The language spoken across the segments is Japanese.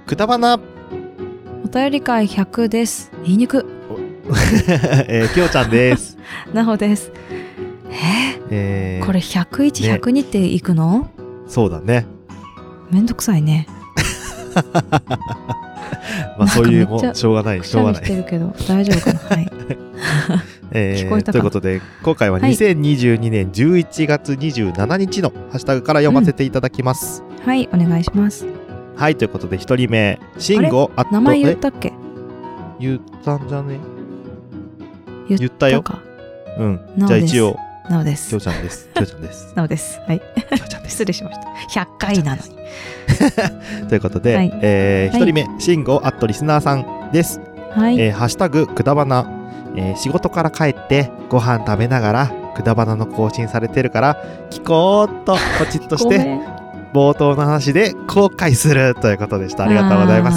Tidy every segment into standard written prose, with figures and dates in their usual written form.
くだばなお便り会100です。言いにく。 きょうちゃんです。 なほです。これ101、102っていくの？ そうだね。 めんどくさいね。 まあそういうもんしょうがないしょうがない。 してるけど大丈夫かな。はい。聞こえたか。 ということで今回は2022年11月27日のハッシュタグから読ませていただきます。 はい、お願いします。 はい、ということで1人目シンゴ名前言ったっけ？ 言ったんじゃね？ 言ったよ。 うん。じゃあ一応なおです。 きょうちゃんです。きょうちゃんです。 なおです。はい。 きょうちゃんです。 失礼しました。100回なのに。 ということで、 はい 1人目、シンゴリスナーさんです。 はい。 ハッシュタグくだばな、仕事から帰ってご飯食べながらくだばなの更新されてるから聞こうっとポチッとして冒頭の話で後悔するということでした。ありがとうございます。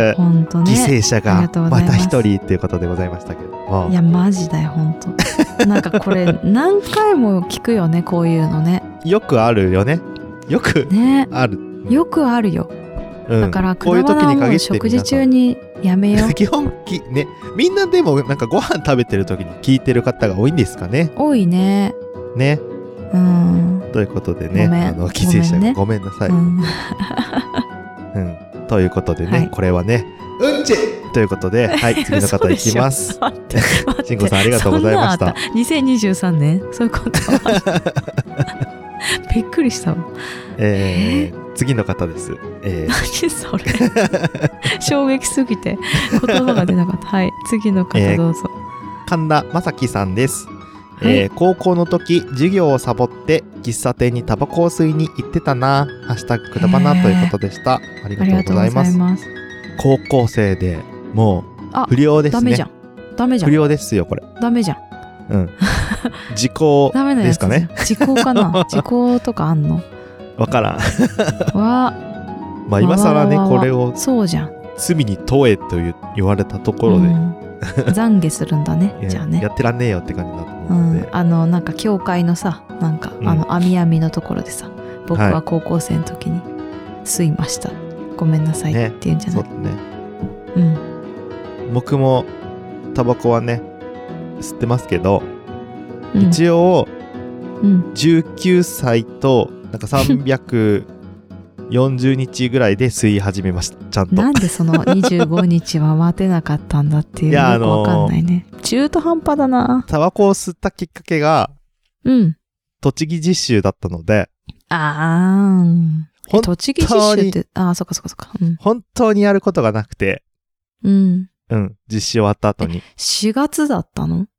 本当ね。 犠牲者がまた一人ということでございましたけども。 いやマジだよ本当。なんかこれ何回も聞くよね、こういうのね。 よくあるよね。よくある。 よくあるよ。 うん、 だからくだばなはもう食事中にやめよう。 基本ね、みんなでもなんかご飯食べてる時に聞いてる方が多いんですかね。 多いね。 ね。 うん。 ということでね、犠牲者がごめんなさい。ということでね、はい、これはね、うんちということで、はい、次の方いきます。しんごさんありがとうございました。 2023年そういうこと。びっくりしたわ。 次の方です。 何それ。衝撃すぎて言葉が出なかった。はい、次の方どうぞ。 神田正輝さんです。高校の時授業をサボって喫茶店にタバコを吸いに行ってたな。ハッシュタグくだばなということでした。ありがとうございます。高校生でもう不良ですね。 ダメじゃん。 不良ですよこれ。 ダメじゃん。 うん。時効ですかね。 時効かな。時効とかあんの？ わからん。 まあ今更ねこれをそうじゃん。 罪に問えと言われたところで、 懺悔するんだね。じゃあね。 やってらんねえよって感じだと思うので、 なんか教会のさ、なんか網網のところでさ、僕は高校生の時に吸いました。ごめんなさいって言うんじゃない？ そうね。うん。僕もタバコはね吸ってますけど、一応19歳となんか340日ぐらいで吸い始めました。ちゃんと。なんでその25日は待てなかったんだっていうのがわかんないね。中途半端だな。 タバコを吸ったきっかけが、栃木実習だったので。 栃木実習って、そっか。 本当にやることがなくて。実習終わった後に。 4月だったの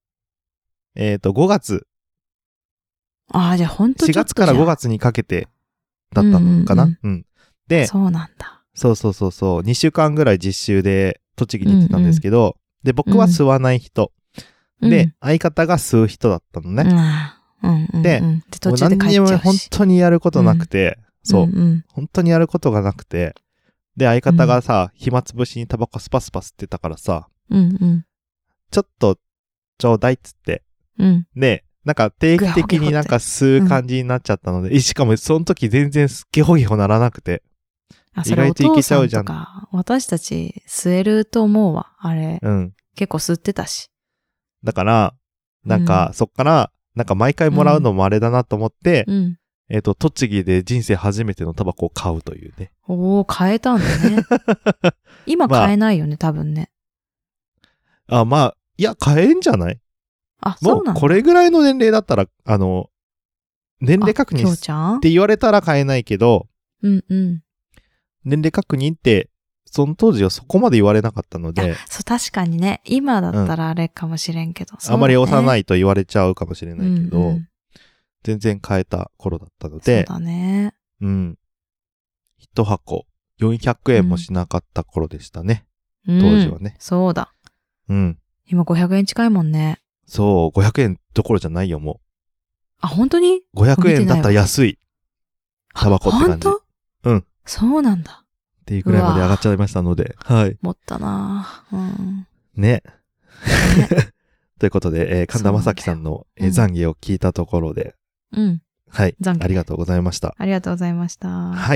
？5月。 じゃあ本当に。 4月から5月にかけてだったのかな。で、 そうなんだ。 そう。2週間ぐらい実習で栃木に行ってたんですけど、で、僕は吸わない人。で、相方が吸う人だったのね。で、 途中で帰っちゃうし。 何にも本当にやることなくて、本当にやることがなくて、で、相方がさ、暇つぶしにタバコスパスパ吸ってたからさ、ちょっとちょうだいっつって、で、なんか定期的になんか吸う感じになっちゃったので、しかもその時全然ゲホゲホならなくて、 意外といけちゃうじゃん。私たち吸えると思うわ、あれ。結構吸ってたし。 だから、なんかそっから、なんか毎回もらうのもあれだなと思って、栃木で人生初めてのタバコを買うというね。 買えたんだね。今買えないよね、多分ね。 いや、買えんじゃない？ もうこれぐらいの年齢だったら、年齢確認って言われたら買えないけど、年齢確認って、その当時はそこまで言われなかったので。 確かにね。今だったらあれかもしれんけど。 あまり幼いと言われちゃうかもしれないけど、全然買えた頃だったので。 そうだね。 一箱400円もしなかった頃でしたね。当時はね。 そうだ。今500円近いもんね。 そう、500円どころじゃないよ、もう。本当に ?500 円だったら安い。タバコって感じ。 本当？そうなんだ。 っていうくらいまで上がっちゃいましたので。はい。 もったなぁ。 ね。ということで、神田正輝さんの懺悔を聞いたところで。はい。ありがとうございました。 ありがとうございました。 はい。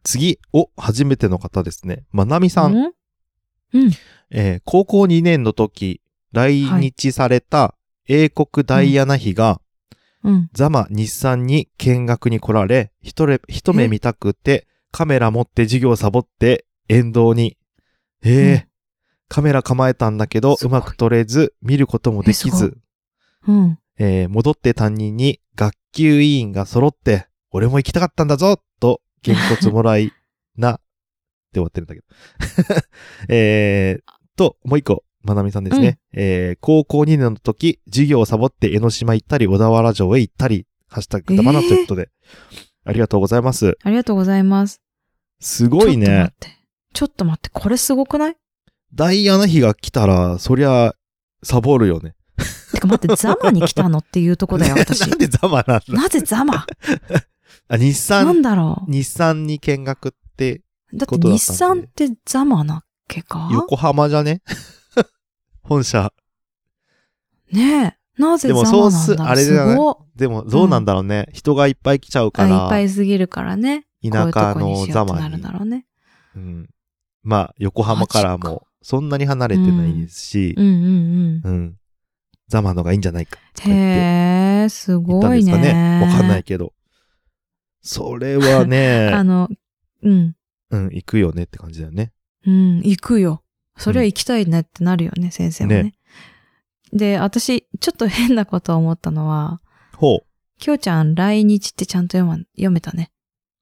次、初めての方ですね。まなみさん。 うん。 高校2年の時、来日された英国ダイアナ妃が、ザマ日産に見学に来られ、一目見たくて、カメラ持って授業をサボって沿道に、カメラ構えたんだけど、うまく撮れず、見ることもできず、戻って担任に学級委員が揃って、俺も行きたかったんだぞと、げんこつもらいな、って終わってるんだけど。もう一個、まなみさんですね。高校2年の時、授業をサボって江ノ島行ったり、小田原城へ行ったり、ハッシュタグくだばなということで、ありがとうございます。 ありがとうございます。 すごいね。 ちょっと待って、これすごくない？ ダイアナ妃が来たら、そりゃ、サボるよね。 てか待って、ザマに来たのっていうとこだよ、私。 なんでザマなんだ？ なぜザマ？ 日産。 なんだろう。 日産に見学ってだって日産ってザマなっけか？ 横浜じゃね？本社。 ねえ。なぜザマなんだろう？でもあれじゃない？でもどうなんだろうね。人がいっぱい来ちゃうから。 いっぱいすぎるからね。 田舎のザマに。 なるんだろうね。 まあ、横浜からもそんなに離れてないですし、ザマのがいいんじゃないかとか言って。 へー、すごいね。 言ったんですかね。わかんないけど。それはね、行くよねって感じだよね。 行くよ。それは行きたいねってなるよね、先生もね。で、私、ちょっと変なことを思ったのは、きょうちゃん来日ってちゃんと読めたね。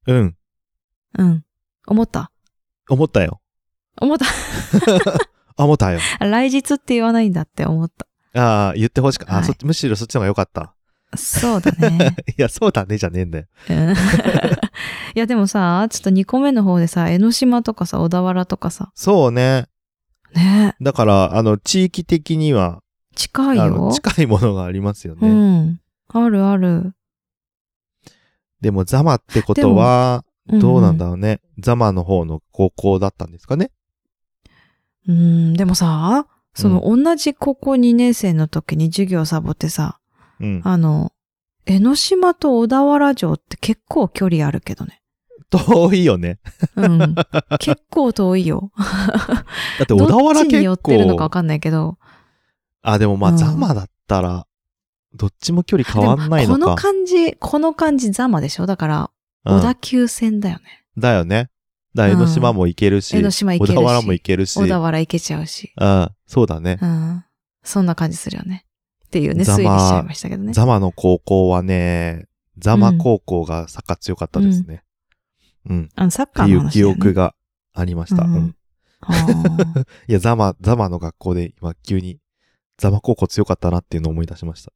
思ったよ。思ったよ。来日って言わないんだって思った。 ああ、言ってほしかった。むしろそっちの方が良かった。 そうだね。 いや、そうだねじゃねえんだよ。 いや、でもさ、ちょっと2個目の方でさ、江ノ島とかさ、小田原とかさ。 そうね。 ね。 だから、地域的には、 近いよ。 近いものがありますよね。 あるある。 でも、ザマってことは、どうなんだろうね。ザマの方の高校だったんですかね。 でもさ、同じ高校2年生の時に授業サボってさ、江ノ島と小田原城って結構距離あるけどね。 遠いよね。 結構遠いよ。 だって小田原結構。どっちに寄ってるのかわかんないけど。 でもまあ、ザマだったら、どっちも距離変わんないのか。 この感じザマでしょ？だから、小田急線だよね。 だよね。江ノ島も行けるし、 江ノ島行けるし、 小田原も行けるし。 小田原行けちゃうし。 そうだね。 そんな感じするよね。っていうね、推理しちゃいましたけどね。 ザマの高校はね、ザマ高校がサッカー強かったですね。 サッカーの話だよね。 っていう記憶がありました。いや、ザマの学校で今急に、ザマ高校強かったなっていうのを思い出しました。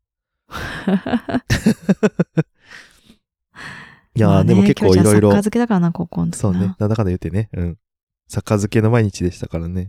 いやでも結構いろいろ。サッカー漬けだからな、高校の時。 そうね。なんだかんだ言ってね。サッカー漬けの毎日でしたからね。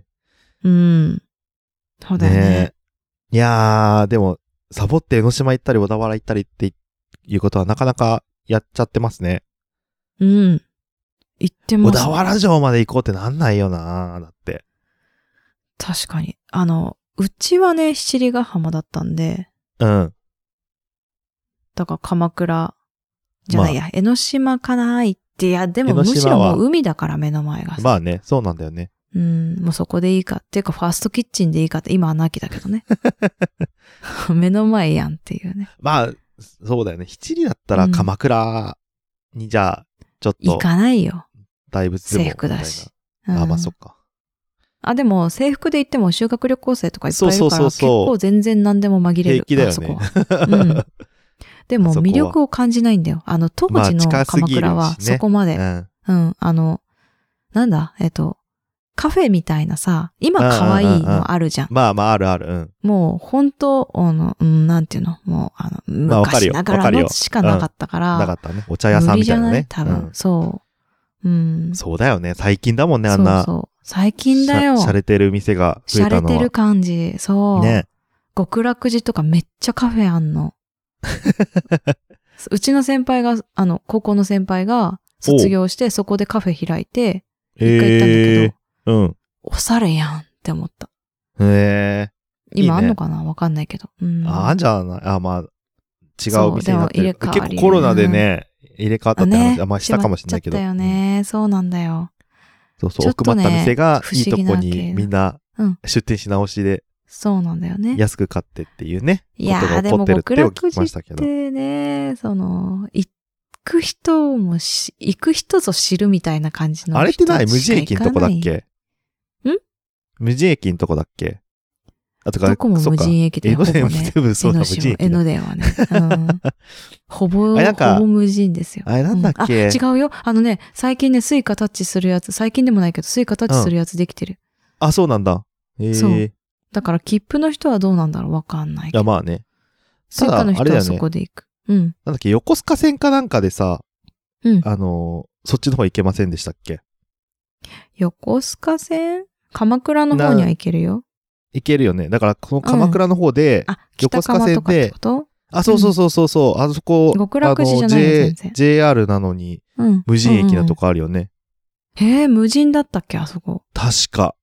そうだよね。 いやでも、サボって江ノ島行ったり小田原行ったりっていうことはなかなかやっちゃってますね。 行ってます、 ね。小田原城まで行こうってなんないよなだって。 確かに。うちはね、七里ヶ浜だったんで。だから鎌倉じゃないや、江ノ島かな行って、いや、でもむしろもう海だから目の前がさ。 まあね、そうなんだよね。 もうそこでいいかっていうか、ファーストキッチンでいいかって、今はなきだけどね。目の前やんっていうね。 まあ、そうだよね。七里だったら鎌倉にじゃあ、ちょっと。 行かないよ。 大仏でも。 制服だし。 まあそっか。 でも制服で行っても修学旅行生とかいっぱいいるから、結構全然何でも紛れる。 平気だよね。 でも魅力を感じないんだよ。当時の鎌倉はそこまで。なんだ、カフェみたいなさ、今可愛いのあるじゃん。 まああるある。 もう本当なんていうの、もう昔ながらのしかなかったから。 なかったね。お茶屋さんみたいなね。 多分、そう。 そうだよね。最近だもんね、あんな。 そう。最近だよ。 洒落てる店が増えたのは。 洒落てる感じ。そう。ね。極楽寺とかめっちゃカフェあんの。うちの先輩が、高校の先輩が卒業してそこでカフェ開いて、一回行ったんだけど、おしゃれやんって思った。今あんのかなわかんないけど。 あんじゃない。まあ、違う店になってる。結構コロナでね、 入れ替わったって話、まあしたかもしれないけど。 しまっちゃったよね。そうなんだよ。 そうそう、奥まった店がいいとこにみんな出店し直しで、 そうなんだよね。 安く買ってっていうね。 いやー、でも極楽寺ってね、行く人ぞ知るみたいな感じの。 あれって無人駅のとこだっけ？無人駅のとこだっけ？ どこも無人駅で、ほぼね。 全部そうだ、無人駅。 江ノ電はね。ほぼ無人ですよ。 あれなんだっけ？ 違うよ。最近ね、スイカタッチするやつ、最近でもないけど、スイカタッチするやつできてる。 あ、そうなんだ。 そう。だから、切符の人はどうなんだろうわかんないけど。 いや、まあね。 スイカの人はそこで行く。 なんだっけ、横須賀線かなんかでさ、そっちの方行けませんでしたっけ？横須賀線？鎌倉の方には行けるよ。 行けるよね。だから、この鎌倉の方で、横須賀線で、そうそう。あそこ、 極楽寺じゃないよ、全然。 JR なのに、無人駅なとこあるよね。 無人だったっけ、あそこ。 確か。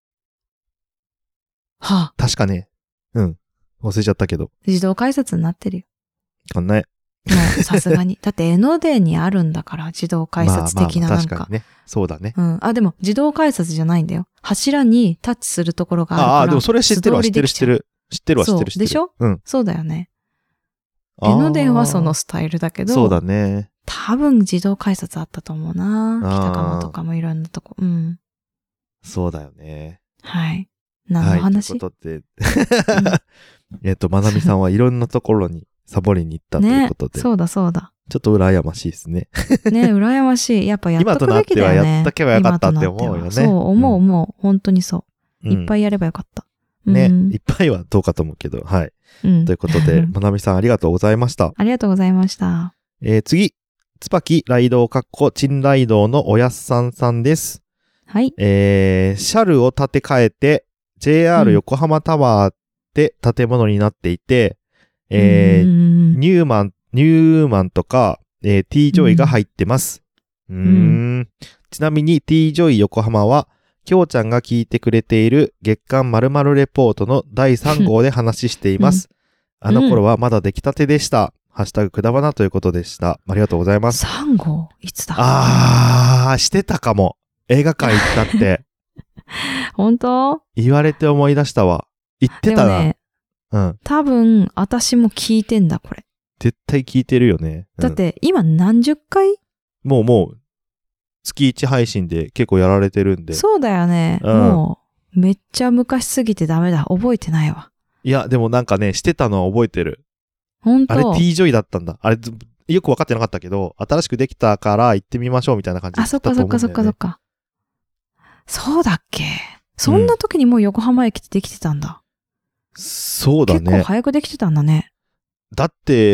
確かね。忘れちゃったけど。 自動改札になってるよ。 わかんない。 もう、さすがに。だって、江ノ電にあるんだから、自動改札的ななんか。 確かにね。そうだね。 でも、自動改札じゃないんだよ。柱にタッチするところがあるから。 でもそれ知ってる。知ってる。 でしょ？そうだよね。江ノ電はそのスタイルだけど。 そうだね。 多分自動改札あったと思うな。北鎌とかもいろんなとこ。 そうだよね。 はい。何の話？ ということで、まなみさんはいろんなところにサボりに行ったということで。 そうだ。ちょっと羨ましいですね。 羨ましい。やっぱやっとくべきだよね。 今となってはやっとけばよかったって思うよね。 そう、思う。本当にそう。いっぱいやればよかった。 ね、いっぱいはどうかと思うけど、はい。ということで、まなみさんありがとうございました。 ありがとうございました。 次、椿雷道陳雷道のおやっさんさんです。 はい。 シャルを建て替えて、JR 横浜タワーって建物になっていて、ニューマンとか、T ジョイが入ってます。ちなみに T ジョイ横浜は、きょうちゃんが聞いてくれている月刊〇〇レポートの第3号で話しています。あの頃はまだ出来たてでした。ハッシュタグくだばなということでした。ありがとうございます。 3号いつだ？ してたかも。映画館行ったって。 本当？ 言われて思い出したわ。言ってたな。 多分、私も聞いてんだ、これ。 絶対聞いてるよね。 だって、今何十回？ もう、月1配信で結構やられてるんで。 そうだよね。もう、めっちゃ昔すぎてダメだ。覚えてないわ。 いや、でもなんかね、してたのは覚えてる。 本当？ あれ T ジョイだったんだ。あれ、よく分かってなかったけど、新しくできたから行ってみましょうみたいな感じで言ったと思うんだよね。 そっか。そうだっけ？そんな時にもう横浜駅ってできてたんだ。 そうだね。 結構早くできてたんだね。 だって、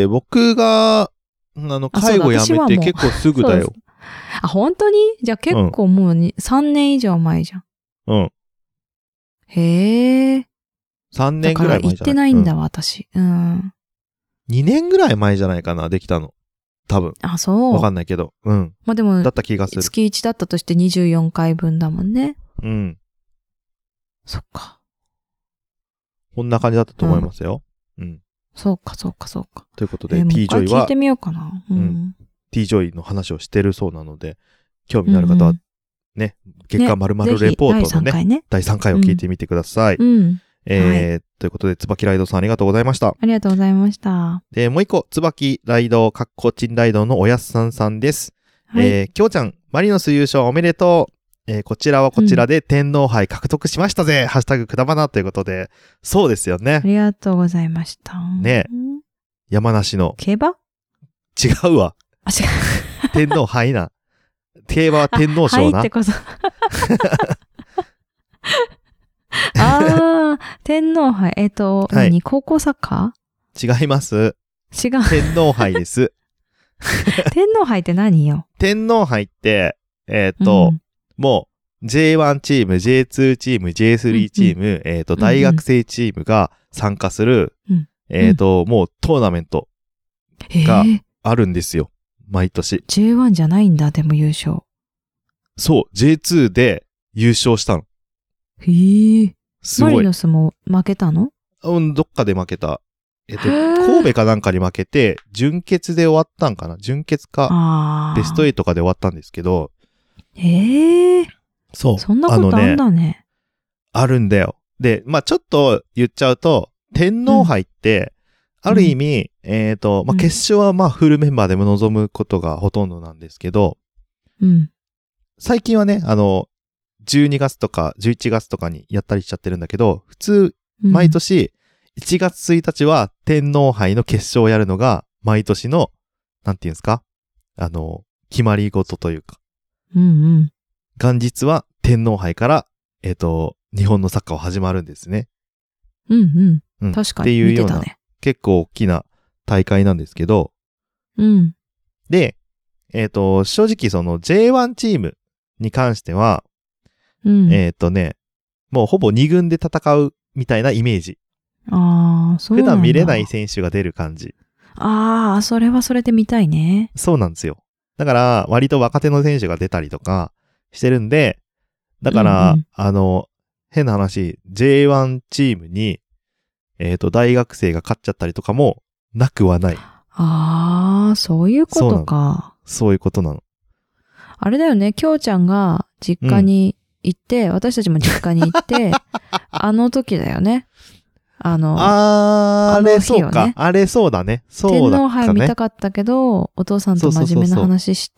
僕が、介護辞めて結構すぐだよ。 本当に？じゃあ結構もう3年以上前じゃん。へえ。 3年ぐらい前じゃない？だから行ってないんだわ、私。2 年ぐらい前じゃないかな、できたの。多分。 そう。 わかんないけど。まあでも、 だった気がする。 月1だったとして24回分だもんね。そっか。 こんな感じだったと思いますよ。 そうか。 ということで、T ジョイは、 聞いてみようかな。 T ジョイの話をしてるそうなので、興味のある方は、ね、月刊〇〇レポートのね、第3回を聞いてみてください。ということで、椿ライドさんありがとうございました。 ありがとうございました。 で、もう一個、椿ライド、陳ライドのおやっさんさんです。きょうちゃん、マリノス優勝おめでとう。こちらはこちらで天皇杯獲得しましたぜ。ハッシュタグくだばなということで、そうですよね。 ありがとうございました。 ね。山梨の。 競馬？ 違うわ。 違う。 天皇杯な。競馬は天皇賞な。 はいってこと。天皇杯。何？高校サッカー？違います。 違う。 天皇杯です。 天皇杯って何よ？ 天皇杯って、もう J1 チーム、J2 チーム、J3 チーム、大学生チームが参加する、もうトーナメントがあるんですよ。毎年。 J1 じゃないんだ、でも優勝。 そう、J2 で優勝したの。 へえ。 すごい。 マリノスも負けたの？ どっかで負けた。 神戸かなんかに負けて、準決で終わったんかな、準決か、ベスト8かで終わったんですけど。そう。 そんなことあんだね。 あるんだよ。で、まあちょっと言っちゃうと、天皇杯って、ある意味、まあ決勝はまあフルメンバーでも臨むことがほとんどなんですけど、最近はね、12月とか11月とかにやったりしちゃってるんだけど、普通、毎年、1月1日は天皇杯の決勝をやるのが、毎年の、なんていうんですか、決まり事というか。元日は天皇杯から、日本のサッカーは始まるんですね。 確かに。 っていうような、結構大きな大会なんですけど、で、正直その J1 チームに関しては、もうほぼ2軍で戦うみたいなイメージ。 そうなんだ。 普段見れない選手が出る感じ。 それはそれで見たいね。 そうなんですよ。だから、割と若手の選手が出たりとかしてるんで、だから、変な話、J1 チームに、大学生が勝っちゃったりとかもなくはない。 そういうことか。 そういうことなの。 あれだよね、きょうちゃんが実家に行って、私たちも実家に行って、あの時だよね。 あれそうか。あれそうだね。そうだね。 天皇杯見たかったけど、お父さんと真面目な話して、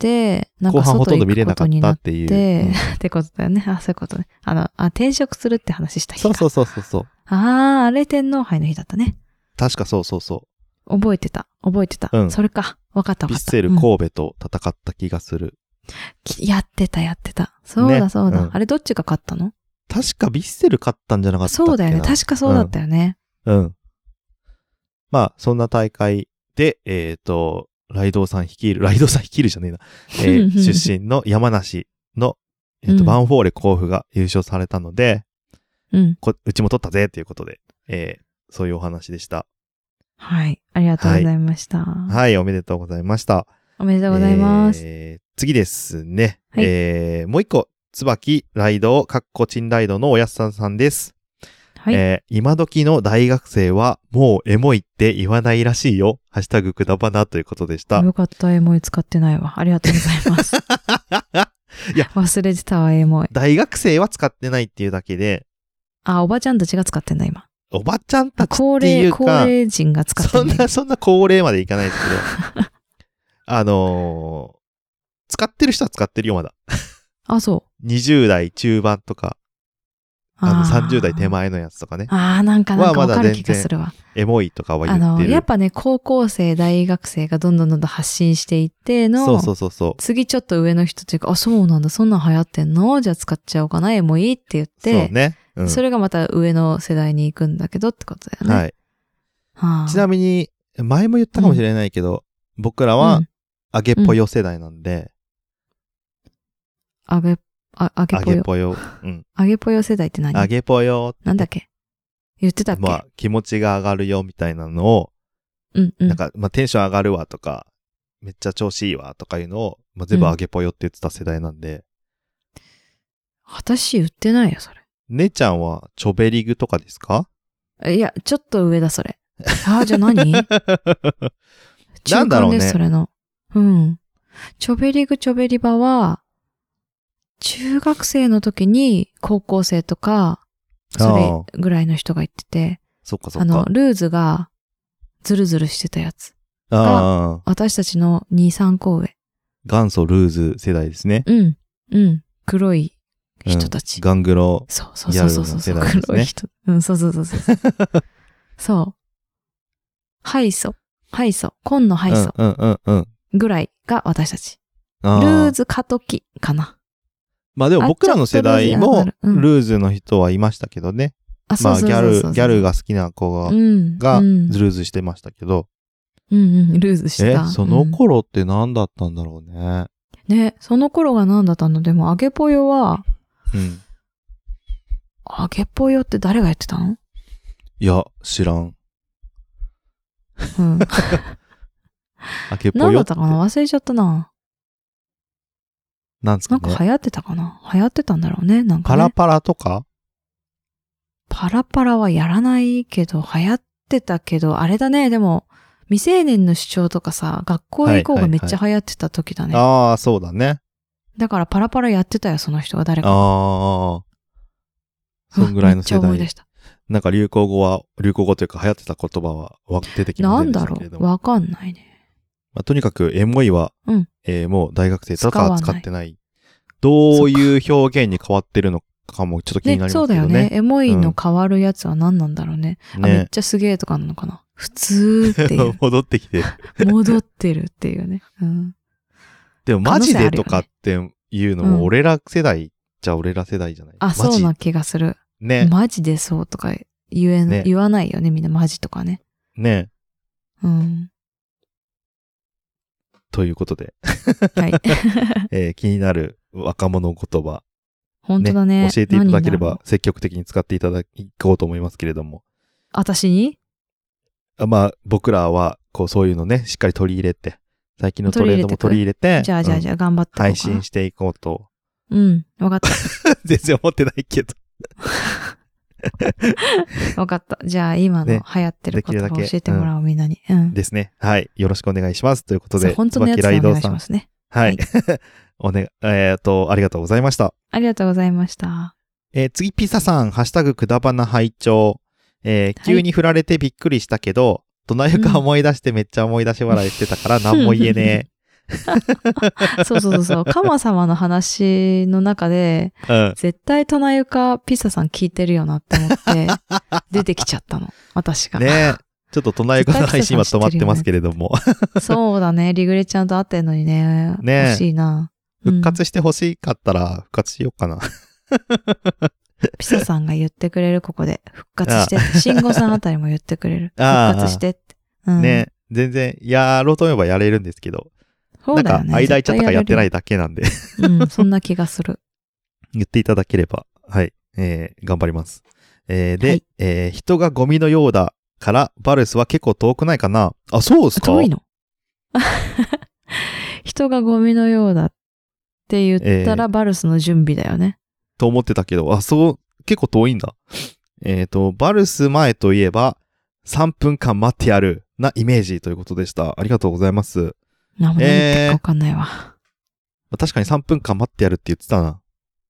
なんか外行くことになって、ってことだよね。そういうことね。転職するって話した日か。 そう。 あれ天皇杯の日だったね。 確かそう。 覚えてた。それか。わかった。 ヴィッセル神戸と戦った気がする。 やってた。そうだ。あれどっちが勝ったの？ 確かヴィッセル勝ったんじゃなかったっけな。 そうだよね。確かそうだったよね。 まあ、そんな大会で、ライドウさん率いるじゃねえな。出身の山梨の、バンフォーレ甲府が優勝されたので、うちも取ったぜということで、そういうお話でした。 はい。ありがとうございました。 はい、おめでとうございました。 おめでとうございます。 次ですね。もう一個、椿ライド、チンライドのおやっさんです。はい。今時の大学生はもうエモいって言わないらしいよ。ハッシュタグくだばなということでした。 よかった、エモい使ってないわ。ありがとうございます。いや、忘れてたわ、エモい。 大学生は使ってないっていうだけで。 おばちゃんたちが使ってんだ、今。 おばちゃんたちっていうか。 高齢人が使ってんだ。 そんな高齢までいかないですけど。使ってる人は使ってるよ、まだ。 そう。 20代中盤とか。30代手前のやつとかね。 なんかわかる気がするわ。 エモいとかは言ってる。 やっぱね、高校生、大学生がどんどん発信していっての、 そう。 次ちょっと上の人というか、そうなんだ、そんなん流行ってんの？じゃあ使っちゃおうかな、エモいって言って、 そうね。 それがまた上の世代に行くんだけどってことだよね。 はい。ちなみに、前も言ったかもしれないけど、僕らは、あげぽよ世代なんで。 あげぽよ。 あげぽよ世代って何？ あげぽよ。 なんだっけ？言ってたっけ？ まあ、気持ちが上がるよみたいなのを、なんか、まあ、テンション上がるわとか、めっちゃ調子いいわとかいうのを、まあ、全部あげぽよって言ってた世代なんで。 私言ってないよ、それ。 姉ちゃんは、チョベリグとかですか？ いや、ちょっと上だ、それ。じゃあ何？ なんだろうね。 それの。チョベリグ、チョベリバは、中学生の時に高校生とか、それぐらいの人が言ってて、 そっか。 ルーズがズルズルしてたやつが、私たちの2、3個上。 元祖ルーズ世代ですね。 黒い人たち。 ガングロ。 そう。黒い人。そう。そう。ハイソ、紺のハイソ。ぐらいが私たち。ルーズ過渡期かな。 まあでも僕らの世代もルーズの人はいましたけどね。まあギャルが好きな子がルーズしてましたけど。 ルーズした。 その頃って何だったんだろうね。 ね、その頃が何だったの？でも、あげぽよは、あげぽよって誰がやってたの？ いや、知らん。あげぽよ。 何だったかな？忘れちゃったな。 なんか流行ってたかな？流行ってたんだろうね。なんかね。 パラパラとか？ パラパラはやらないけど、流行っってたけど、あれだね、でも、未成年の主張とかさ、学校へ行こうがめっちゃ流行ってた時だね。 ああ、そうだね。 だからパラパラやってたよ、その人が誰か。 ああ。そんぐらいの世代。 めっちゃ思い出した。 なんか流行語というか流行ってた言葉は出てきませんでしたけれども。 なんだろう、わかんないね。 まあ、とにかくエモいは、もう大学生とかは使ってない。どういう表現に変わってるのかもちょっと気になりますけどね。 そうだよね。エモいの変わるやつは何なんだろうね。めっちゃすげえとかなのかな。普通っていう。 戻ってきてる。 戻ってるっていうね。 でもマジでとかっていうのも俺ら世代じゃ俺ら世代じゃない。 あ、そうな気がする。ね。マジでそうとか言わないよね、みんなマジとかね。 ね。ということで。 はい。 気になる若者言葉。 本当だね。 教えていただければ積極的に使っていこうと思いますけれども。 私に？ まあ、僕らは、そういうのね、しっかり取り入れて、最近のトレンドも取り入れて、 じゃあ、頑張って配信していこうと。 わかった。 全然思ってないけど。 わかった。じゃあ、今の流行ってることを教えてもらおう、みんなに。 ですね。はい。よろしくお願いします。ということで、 本当のやつお願いしますね。 はい。ありがとうございました。 ありがとうございました。 次、ピサさん、ハッシュタグくだばな拝聴。急に振られてびっくりしたけど、ドナユカ思い出してめっちゃ思い出し笑いしてたから何も言えねえ。そう。カマ様の話の中で、絶対トナユカピサさん聞いてるよなって思って、出てきちゃったの。私が。 ねえ。ちょっとトナユカの配信は止まってますけれども。 そうだね。リグレちゃんと会ってんのにね。欲しいな。 復活して欲しかったら復活しようかな。 ピサさんが言ってくれる、ここで。復活してって。シンゴさんあたりも言ってくれる。復活してって。 ね。全然、やろうと思えばやれるんですけど。 そうだよね。 なんか、間いっちゃったからやってないだけなんで。 そんな気がする。 言っていただければ、はい。頑張ります。で、人がゴミのようだから、バルスは結構遠くないかな？あ、そうですか？ 遠いの？人がゴミのようだって言ったら、バルスの準備だよね。 と思ってたけど、結構遠いんだ。バルス前といえば、3分間待ってやるなイメージということでした。ありがとうございます。 何言ってるかわかんないわ。 確かに3分間待ってやるって言ってたな。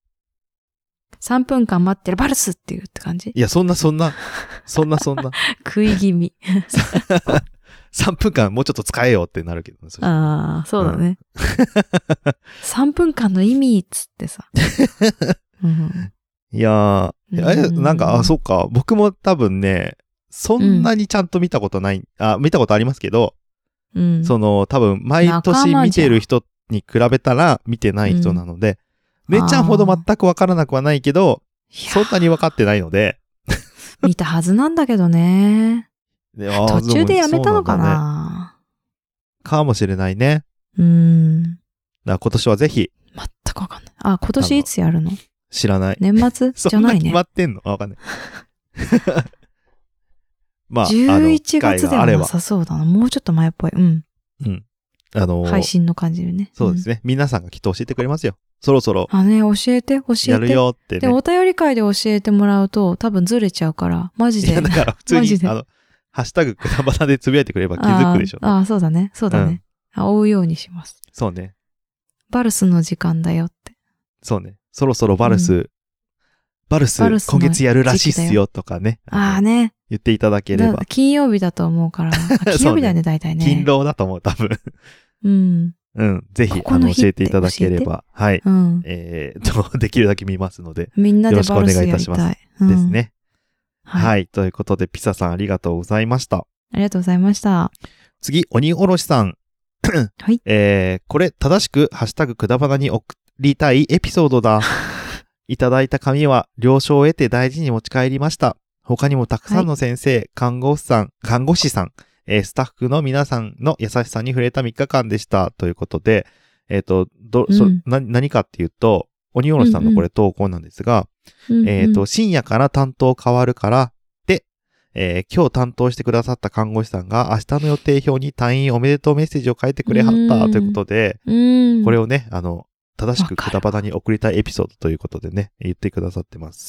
3分間待ってるバルスっていうって感じ？ いや、そんな。 食い気味。 3分間もうちょっと使えよってなるけどね。 ああ、そうだね。3分間の意味っつってさ。 いやー、なんか、そっか。僕も多分ね、そんなにちゃんと見たことない、見たことありますけど、多分、毎年見てる人に比べたら見てない人なので、めちゃんほど全くわからなくはないけど、そんなに分かってないので。 見たはずなんだけどね。途中でやめたのかな？ かもしれないね。だから今年はぜひ。 全くわかんない。今年いつやるの？ 知らない。 年末じゃないね。 そんな決まってんの？わかんない。 まあ、11月ではなさそうだな。もうちょっと前っぽい。配信の感じでね。 そうですね。皆さんがきっと教えてくれますよ。そろそろ。 教えて。 やるよってね。 で、お便り会で教えてもらうと多分ずれちゃうから、マジで。 いや、だから普通に、ハッシュタグくだばなでつぶやいてくれば気づくでしょ。 そうだね。追うようにします。 そうね。 バルスの時間だよって。 そうね。そろそろバルス今月やるらしいっすよとかね。 ね。 言っていただければ。 金曜日だと思うから。金曜日だよね、大体ね。 勤労だと思う、多分。ぜひ、教えていただければ。はい。できるだけ見ますので。 みんなでバルスやりたい。よろしくお願いいたします。ですね。はい。ということで、ピサさんありがとうございました。 ありがとうございました。 次、鬼おろしさん。 はい。 これ、正しく、ハッシュタグくだばなに送りたいエピソードだ。いただいた紙は了承を得て大事に持ち帰りました。他にもたくさんの先生、看護師さん、スタッフの皆さんの優しさに触れた3日間でした。ということで、何かっていうと、鬼おろしさんのこれ投稿なんですが、深夜から担当変わるから、で、今日担当してくださった看護師さんが明日の予定表に退院おめでとうメッセージを書いてくれはったということで、これをね、正しくくだばなに送りたいエピソードということでね、言ってくださってます。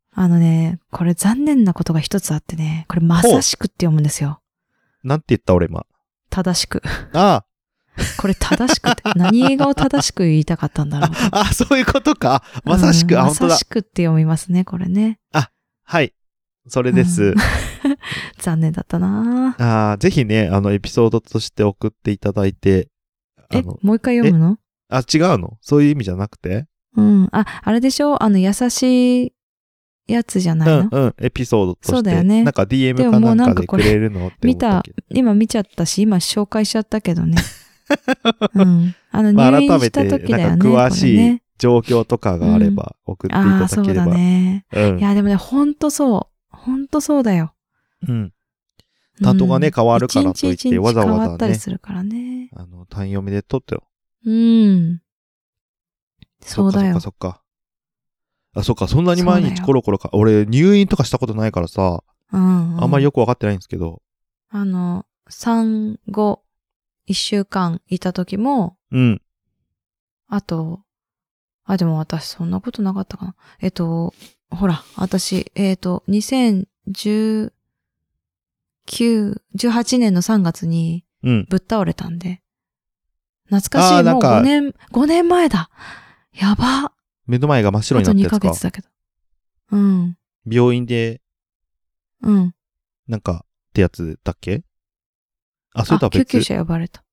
これ残念なことが一つあってね、これまさしくって読むんですよ。 なんて言った俺今。 正しく。 ああ。 これ正しくって、何がを正しく言いたかったんだろう。 あ、そういうことか。まさしく、本当だ。 まさしくって読みますね、これね。 あ、はい。それです。 残念だったなぁ。ぜひね、エピソードとして送っていただいて。 もう一回読むの？ 違うの？そういう意味じゃなくて？ うん。あれでしょ？優しいやつじゃないの？ エピソードとして。 そうだよね。 なんか DM かなんかでくれるのって思ったけど。 今見ちゃったし、今紹介しちゃったけどね。うん。入院した時だよね。 改めて、なんか詳しい状況とかがあれば送っていただければ。 そうだね。いや、でもね、ほんとそうだよ。 うん。担当がね、変わるからといって、わざわざね。変わったりするからね。 単読みで撮ってよ。 うん。そうだよ。 そっか。そっか、そんなに毎日コロコロか。俺、入院とかしたことないからさ、あんまりよくわかってないんですけど。 産後、1週間いた時も、 うん。 あと、でも私そんなことなかったかな。ほら、私、2018年の3月に、ぶっ倒れたんで。懐かしい、もう5年前だ。やば。 目の前が真っ白になってるやつか。 あと2ヶ月だけど。うん。 病院で、 うん。 なんか、ってやつだっけ？それとは別。 救急車呼ばれた。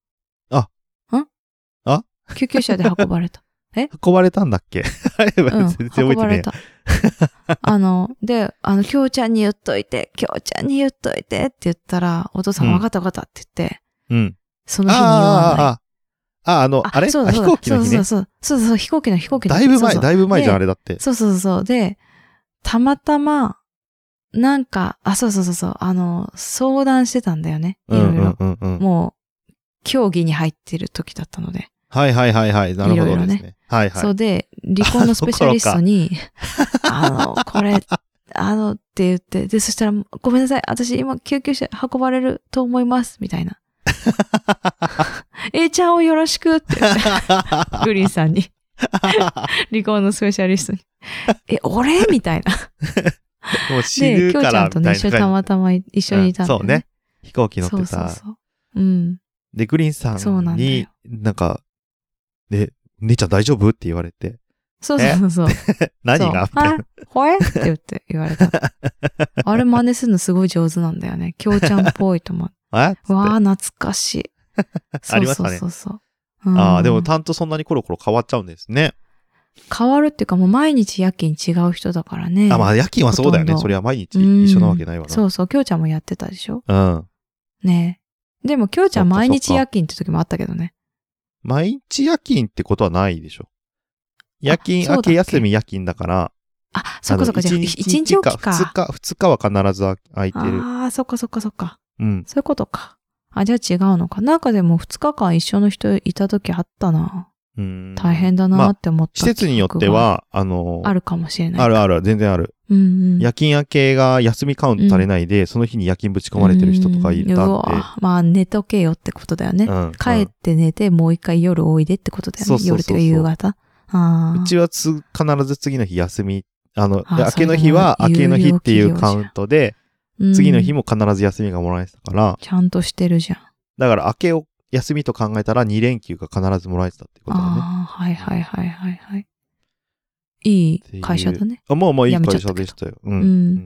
救急車で運ばれた。 運ばれたんだっけ？全然覚えてない。運ばれた。 で、きょうちゃんに言っといてって言ったら、お父さんわかったって言って、 うん。 その日に言わない。 あれ？飛行機の日ね。 そう、飛行機の日。 だいぶ前じゃん、あれだって。 そう。で、たまたま、なんか、そう、相談してたんだよね。いろいろ。もう、競技に入ってる時だったので。 はい。なるほどですね。はい。 そうで、離婚のスペシャリストに、これ、って言って、で、そしたら、ごめんなさい、私今救急車運ばれると思います、みたいな。A ちゃんをよろしくって言って、グリーンさんに。離婚のスペシャリストに。俺みたいな。 もう死ぬからみたいな。で、きょうちゃんとね、 たまたま一緒にいたんだよね。 そうね。飛行機乗ってさ。 そう。うん。 で、グリーンさんに、なんか、で、姉ちゃん大丈夫って言われて。 そう。 何がみたいな。 ほえって言われた。あれ真似するのすごい上手なんだよね。きょうちゃんっぽいと思う。わ懐かしい。 ありましたね。 そう。 でも担当そんなにコロコロ変わっちゃうんですね。 変わるっていうかもう毎日夜勤違う人だからね。 夜勤はそうだよね。それは毎日一緒なわけないわな。 そう、きょうちゃんもやってたでしょ？ うん。 ねでもきょうちゃん毎日夜勤って時もあったけどね。 毎日夜勤ってことはないでしょ。夜勤、明け休み夜勤だから。 そっか。じゃあ1日おきか。 2日は必ず空いてる。 そっか。 うん。 そういうことか。じゃあ違うのか。なんかでも2日間一緒の人いた時あったな。大変だなって思った。 施設によっては、 あるかもしれない。 ある、全然ある。夜勤明けが休みカウント足りないで、その日に夜勤ぶち込まれてる人とかいたんで。 寝とけよってことだよね。帰って寝て、もう一回夜おいでってことだよね。夜っていうか夕方。うちは必ず次の日休み、明けの日は明けの日っていうカウントで、次の日も必ず休みがもらえてたから。 ちゃんとしてるじゃん。 だから明けを休みと考えたら2連休が必ずもらえてたってことだね。 はい。いい会社だね。 まあいい会社でしたよ。うん。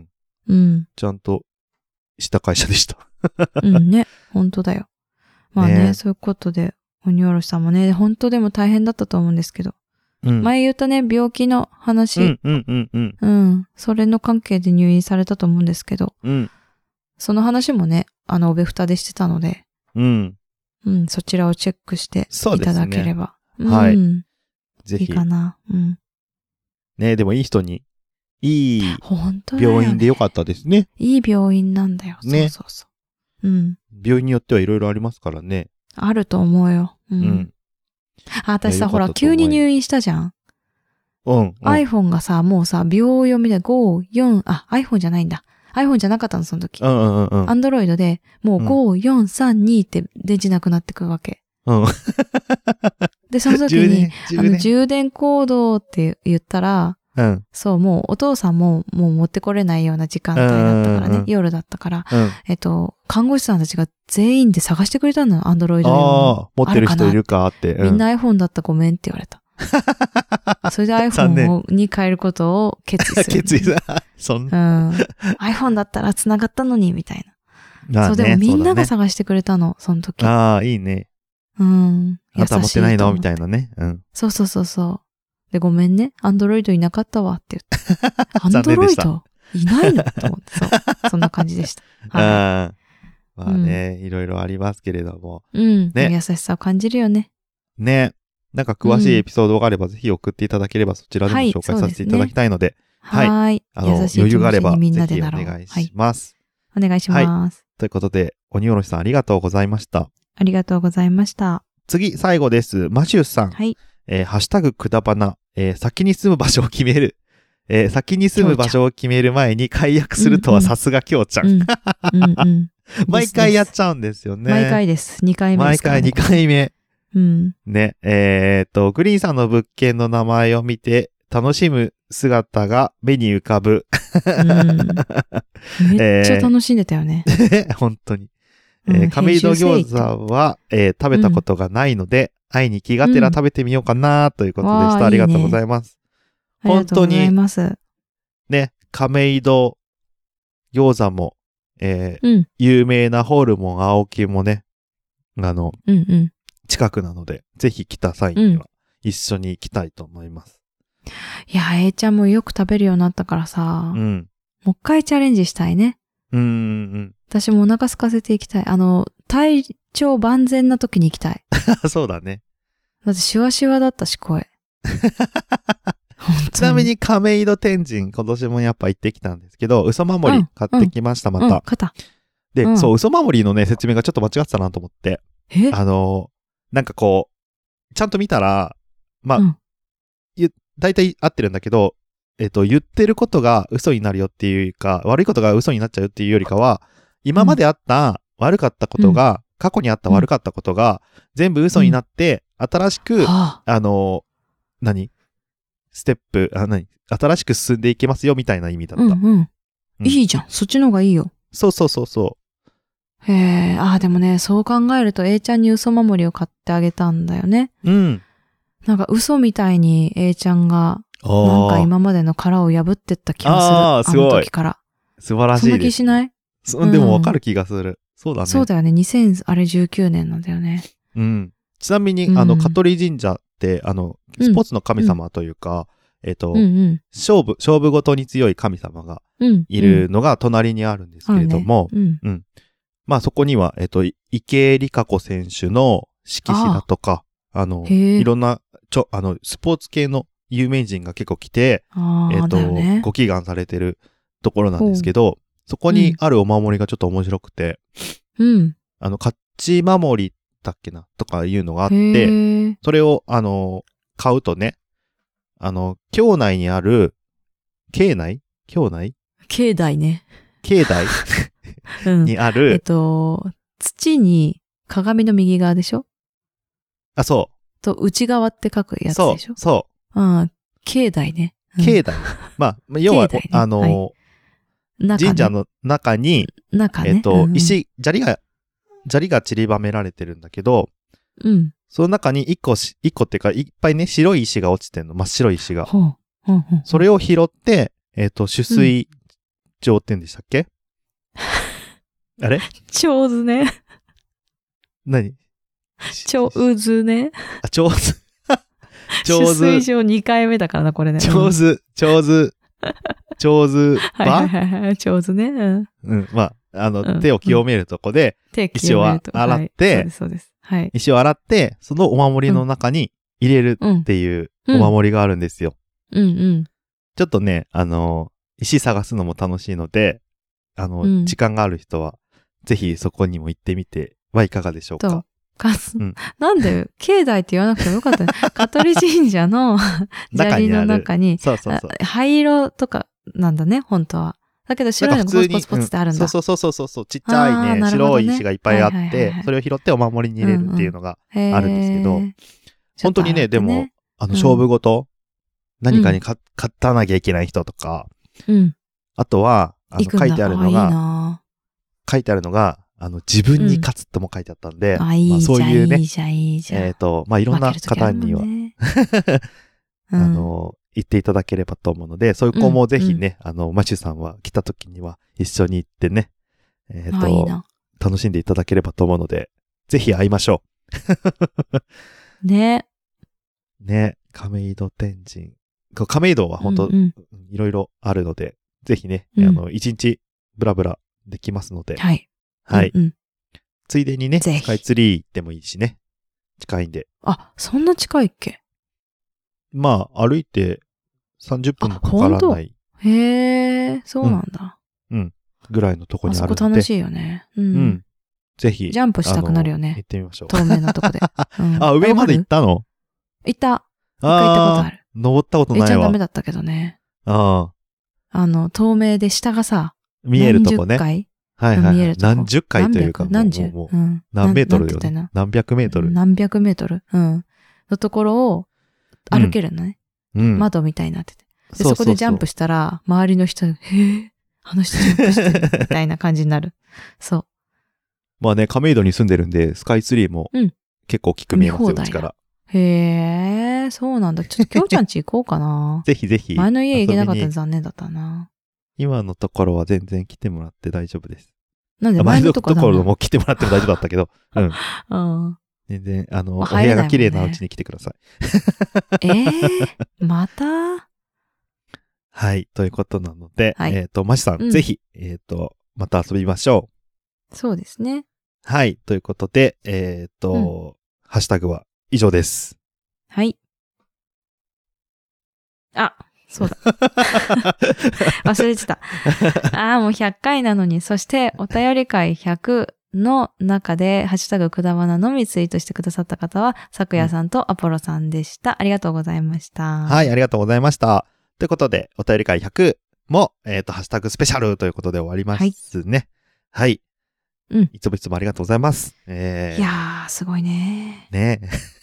ちゃんとした会社でした。 ね。本当だよ。まあね、そういうことで、鬼おろしさんもね、本当でも大変だったと思うんですけど。前言ったね、病気の話。それの関係で入院されたと思うんですけど。その話もね、おべふたでしてたので。そちらをチェックしていただければ。 はい。ぜひ。 いいかな。 ね、でもいい人に、いい病院でよかったですね。 いい病院なんだよ。そう。 病院によってはいろいろありますからね。 あると思うよ。私さ、ほら、急に入院したじゃん。iPhone がさ、もうさ、秒読みで5、4、iPhone じゃないんだ。iPhone じゃなかったの、その時。Android で、もう5、4、3、2って電池なくなってくるわけ。で、その時に、充電コードって言ったら、 うん。 そう、もうお父さんももう持ってこれないような時間帯だったからね、夜だったから、看護師さんたちが全員で探してくれたの、アンドロイド用の。 持ってる人いるかって。 みんな iPhone だったごめんって言われた。それで iPhone に変えることを決意する。 決意する。 iPhone だったら繋がったのに、みたいな。そう、でもみんなが探してくれたの、その時。 いいね。 あなた持ってないのみたいなね。 そう。で、ごめんね。アンドロイドいなかったわって言って。アンドロイドいないのと思って。そう。そんな感じでした。 まあね、いろいろありますけれども。 ね。優しさを感じるよね。 ね。なんか詳しいエピソードがあれば、ぜひ送っていただければ、そちらでも紹介させていただきたいので。 はい。 優しい余裕があれば、ぜひお願いします。 お願いします。 ということで、鬼おろしさんありがとうございました。 ありがとうございました。 次、最後です。マシューさん。 はい。 ハッシュタグくだばな。先に住む場所を決める。先に住む場所を決める前に解約するとはさすがきょうちゃん。毎回やっちゃうんですよね。 毎回です。2回目ですからね。 毎回2回目。 ね。 グリーンさんの物件の名前を見て楽しむ姿が目に浮かぶ。 めっちゃ楽しんでたよね。 本当に。亀戸餃子は、食べたことがないので、会いに気がてら食べてみようかなということでした。ありがとうございます。本当に、ね、亀戸餃子も、有名なホルモン青木もね、近くなので、ぜひ来た際には一緒に行きたいと思います。 いや、A ちゃんもよく食べるようになったからさ、もう一回チャレンジしたいね。私もお腹空かせていきたい。体調万全な時に行きたい。 そうだね。 だってシワシワだったし、声。 ちなみに亀戸天神、今年もやっぱ行ってきたんですけど、嘘守り買ってきました、また。 買った。 で、そう、嘘守りのね、説明がちょっと間違ってたなと思って。なんかこう、ちゃんと見たら、まあ、大体合ってるんだけど、言ってることが嘘になるよっていうか、悪いことが嘘になっちゃうっていうよりかは、今まであった悪かったことが、過去にあった悪かったことが、全部嘘になって、新しく、ステップ、新しく進んでいけますよみたいな意味だった。 いいじゃん。そっちの方がいいよ。 そう。 へえ、でもね、そう考えると A ちゃんに嘘守りを買ってあげたんだよね。なんか嘘みたいに A ちゃんが、なんか今までの殻を破ってった気がする。あの時から。 素晴らしい。 そんな気しない？ でもわかる気がする。そうだね。 そうだよね。2019年なんだよね。 ちなみに、香取神社って、スポーツの神様というか、勝負ごとに強い神様がいるのが隣にあるんですけれども、まあそこには、池江璃花子選手の色紙だとか、いろんな、スポーツ系の有名人が結構来て、ご祈願されてるところなんですけど、そこにあるお守りがちょっと面白くて、勝ち守りだっけなとかいうのがあって、それを、買うとね、境内にある、境内境内ね。 境内にある、 土に鏡の右側でしょ？ そう。 と、内側って書くやつでしょ？ そう。 境内ね。 境内。まあ、要は、神社の中に、石、砂利が散りばめられてるんだけど、その中に一個っていうか、いっぱいね、白い石が落ちてんの。真っ白い石が。それを拾って、取水場って言うんでしたっけ？あれ？ 上手ね。 何？ 上手ね。 上手。 取水場2回目だからな、これね。 上手はい。上手ね。 まあ、手を清めるとこで、石を洗って、 そうです。はい。 石を洗って、そのお守りの中に入れるっていうお守りがあるんですよ。ちょっとね、石探すのも楽しいので、時間がある人は、ぜひそこにも行ってみてはいかがでしょうか。 なんで、境内って言わなくてもよかったね。香取神社の砂利の中に、灰色とかなんだね、本当は。だけど白いのがポツポツポツってあるんだ。 そう。ちっちゃいね、白い石がいっぱいあって、それを拾ってお守りに入れるっていうのがあるんですけど、本当にね、でも、勝負事何かに勝たなきゃいけない人とか、 うん。 あとは、書いてあるのが、自分に勝つとも書いてあったんで、そういうね、いいじゃん。いろんな方には、言っていただければと思うので、そういう子もぜひね、マシュさんは来た時には一緒に行ってね、楽しんでいただければと思うので、ぜひ会いましょう。ね。 ね、亀戸天神。亀戸は本当いろいろあるので、ぜひね、一日ブラブラできますので。 はい。 はい。ついでにね、スカイツリーでもいいしね。近いんで。 あ、そんな近いっけ？ まあ、歩いて30分もかからない。 へえ、そうなんだ。 うん。ぐらいのとこにあるので。 そこ楽しいよね。うん。 ぜひ。 ジャンプしたくなるよね。 行ってみましょう。 透明なとこで。 上まで行ったの？ 行った。一回行ったことある。 登ったことないわ。 一応ダメだったけどね。透明で下がさ、 見えるとこね。 はいはい。見えるとこ。 何十回というか、 何十何メートルよね。何百メートル。 何百メートルのところを歩けるのね。窓みたいになってて。で、そこでジャンプしたら、周りの人、へえ、あの人ジャンプしてるみたいな感じになる。そう。 まあね、亀戸に住んでるんで、スカイツリーも結構大きく見えますよ、うちから。 へえ、そうなんだ。ちょっときょうちゃん家行こうかな。 ぜひぜひ。 前の家行けなかったら残念だったな。 今のところは全然来てもらって大丈夫です。 なんで前のところも来てもらっても大丈夫だったけど。うん。全然、お部屋が綺麗なうちに来てください。またはい。ということなので、マシさん、ぜひ、また遊びましょう。そうですね。 はい。ということで、ハッシュタグは以上です。 はい。あ、そうだ。忘れてた。もう100回なのに、そしてお便り会100の中で、ハッシュタグくだばなのみツイートしてくださった方は、さくやさんとアポロさんでした。ありがとうございました。 はい、ありがとうございました。ということで、お便り会100も、ハッシュタグスペシャルということで終わりますね。はい。いつもいつもありがとうございます。 いやー、すごいね。 ね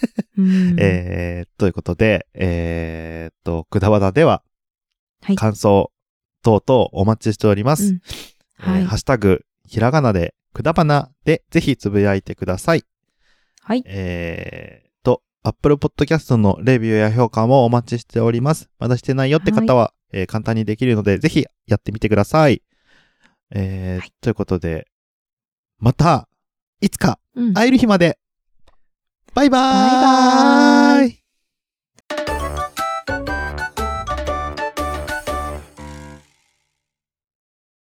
ということで、くだばなでは、感想等々お待ちしております。ハッシュタグ、ひらがなで、くだばなで、ぜひつぶやいてください。 はい。 Apple Podcast のレビューや評価もお待ちしております。まだしてないよって方は、簡単にできるので、ぜひやってみてください。ということで、また、いつか会える日まで、バイバーイ。バイバーイ。